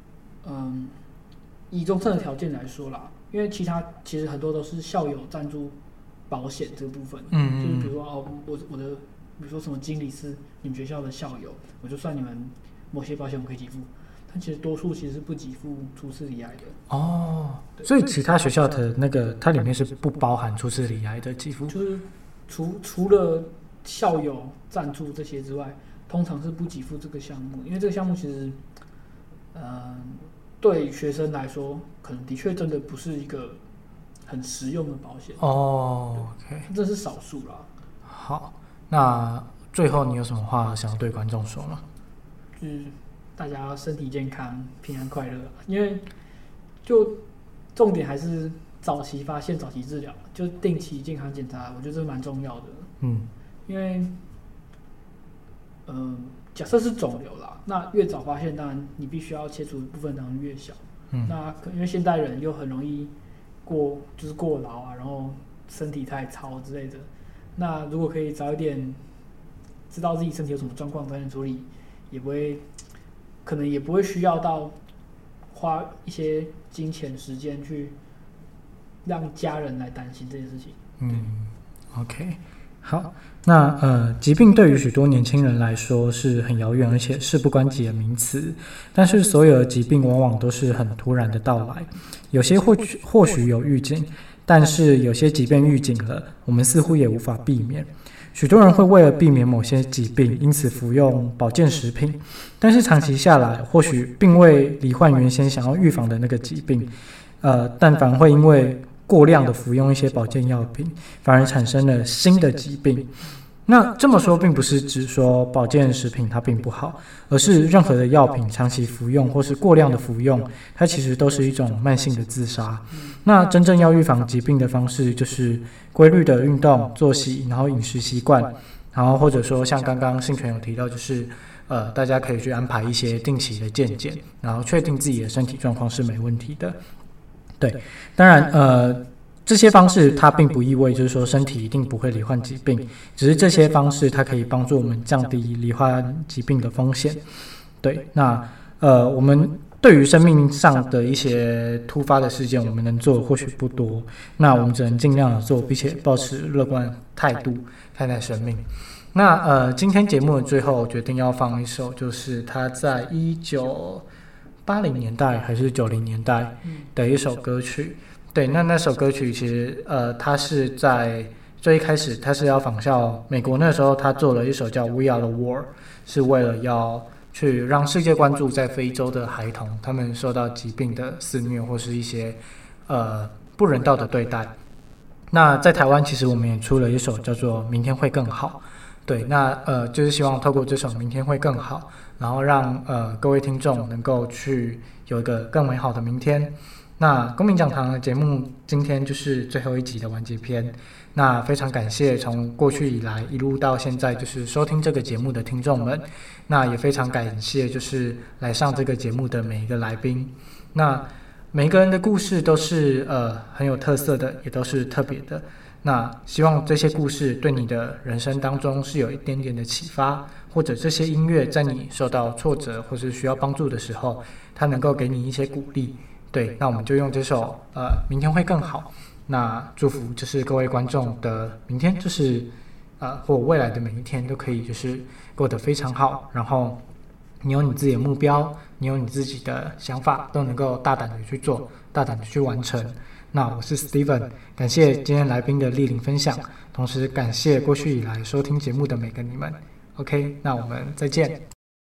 嗯，以中正的条件来说啦，因为其他其实很多都是校友赞助保险这个部分，嗯，就是比如说哦，我我的比如说什么经理是你们学校的校友，我就算你们某些保险我可以给付。但其实多数其实是不给付初次罹癌的哦，所以其他学校的那个它里面是不包含初次罹癌的给付， 就是除除了校友赞助这些之外，通常是不给付这个项目，因为这个项目其实，呃，对学生来说，可能的确真的不是一个很实用的保险哦。OK， 这是少数啦。 好，那最后你有什么话想要对观众说吗？ 就是大家身体健康、平安快乐，因为就重点还是早期发现、早期治疗，就定期健康检查，我觉得这蛮重要的。嗯，因为，嗯、呃，假设是肿瘤啦，那越早发现，当然你必须要切除的部分当然越小。嗯，那因为现代人又很容易过就是过劳啊，然后身体太操之类的，那如果可以早一点知道自己身体有什么状况，早点处理，也不会。可能也不会需要到花一些金钱时间去让家人来担心这件事情。 嗯 ，OK， 好，那呃，疾病对于许多年轻人来说是很遥远而且事不关己的名词，但是所有的疾病往往都是很突然的到来，有些或许或许有预警，但是有些即便预警了，我们似乎也无法避免。许多人会为了避免某些疾病，因此服用保健食品，但是长期下来，或许并未罹患原先想要预防的那个疾病，呃，但反而会因为过量的服用一些保健药品，反而产生了新的疾病。那这么说并不是指说保健食品它并不好，而是任何的药品长期服用或是过量的服用，它其实都是一种慢性的自杀。那真正要预防疾病的方式就是规律的运动、作息，然后饮食习惯，然后或者说像刚刚信全有提到，就是呃大家可以去安排一些定期的健检，然后确定自己的身体状况是没问题的。对，当然呃。这些方式它并不意味就是说身体一定不会罹患疾病，只是这些方式它可以帮助我们降低罹患疾病的风险。对，那呃我们对于生命上的一些突发的事件，我们能做的或许不多，那我们只能尽量的做，并且保持乐观态度看待生命。那呃今天节目的最后决定要放一首，就是他在一九八零年代还是九零年代的一首歌曲。对，那那首歌曲其实，呃，它是在最一开始，它是要仿效美国那时候，他做了一首叫《We Are the World》，是为了要去让世界关注在非洲的孩童，他们受到疾病的肆虐或是一些呃不人道的对待。那在台湾，其实我们也出了一首叫做《明天会更好》。对，那呃，就是希望透过这首《明天会更好》，然后让呃各位听众能够去有一个更美好的明天。那公民讲堂的节目今天就是最后一集的完结篇。那非常感谢从过去以来一路到现在就是收听这个节目的听众们。那也非常感谢就是来上这个节目的每一个来宾。那每一个人的故事都是呃很有特色的，也都是特别的。那希望这些故事对你的人生当中是有一点点的启发，或者这些音乐在你受到挫折或是需要帮助的时候，它能够给你一些鼓励。对，那我们就用这首呃明天会更好。那祝福就是各位观众的明天就是呃或未来的每一天都可以就是过得非常好，然后你有你自己的目标，你有你自己的想法，都能够大胆的去做，大胆的去完成。那我是 Steven， 感谢今天来宾的莅临分享，同时感谢过去以来收听节目的每个你们。OK， 那我们再见。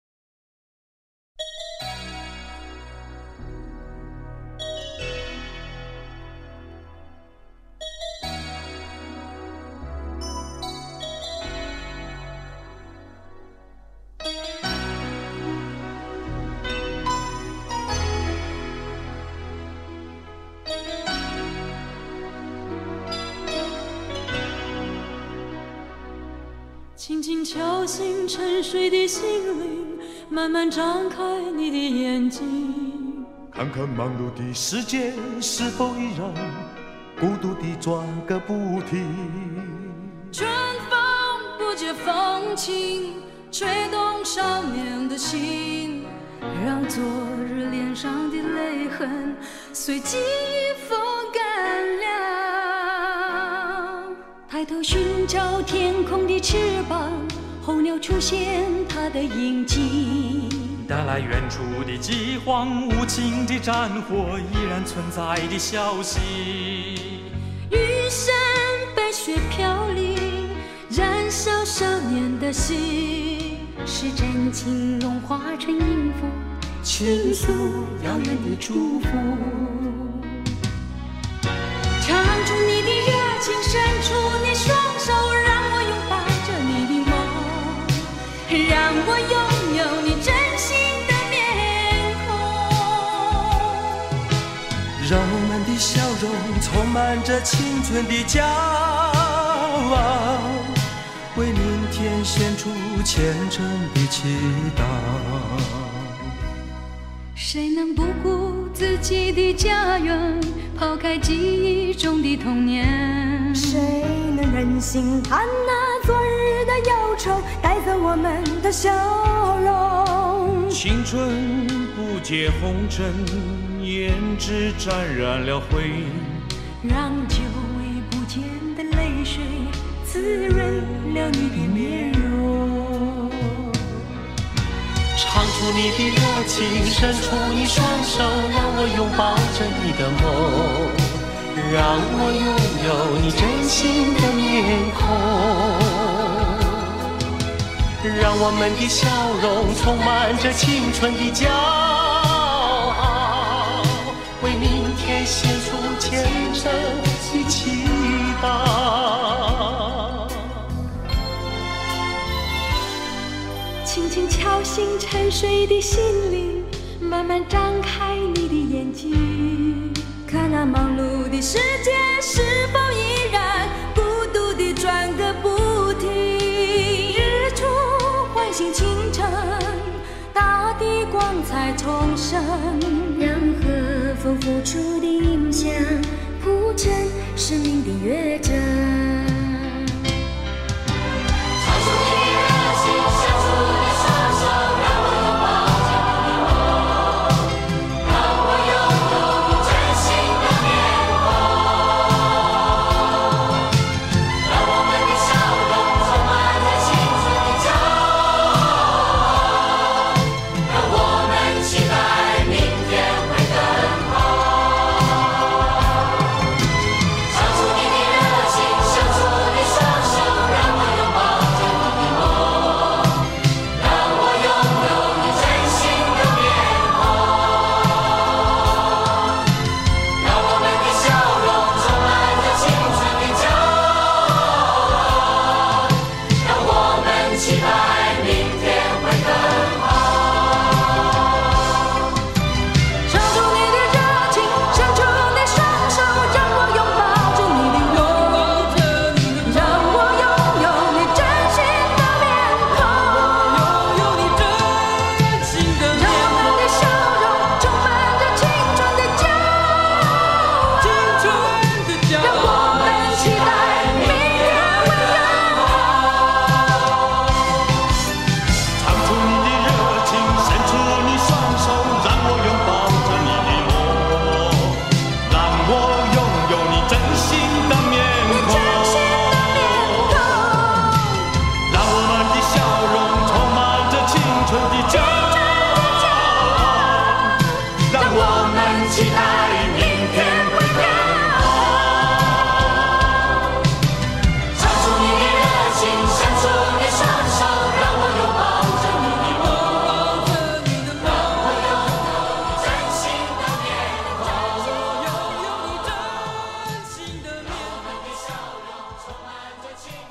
轻轻敲醒沉睡的心灵，慢慢张开你的眼睛， 看看忙碌的世界是否依然孤独地转个不停。 春风不解风情，吹动少年的心，让昨日恋脸上的泪痕随季风干了。抬头寻找天空的翅膀，候鸟出现它的影迹， 带来远处的饥荒，无情的战火依然存在的消息。 玉山白雪飘零，燃烧少年的心，是真情融化成音符，倾诉遥远的祝福。唱出你的热情，伸出你双手，让我拥抱着你的梦，让我拥有你真心的面孔， 让我们的笑容充满着青春的骄傲，为明天献出虔诚的祈祷。 谁能不顾自己的家园，抛开记忆中的童年？ 谁能忍心看那昨日的忧愁带走我们的笑容？ 青春不解红尘，胭脂沾染了灰， 让久违不见的泪水滋润了你的面容。 唱出你的热情，伸出你双手，让我拥抱着你的梦，让我拥有你真心的面孔，让我们的笑容充满着青春的骄傲，为明天献出虔诚的祈祷。 轻轻敲醒沉睡的心灵，慢慢张开你的眼睛， 看那忙碌的世界是否依然孤独地转个不停。 日出唤醒清晨，大地光彩重生， 让和风付出的影响铺成生命的乐章。 充满着情。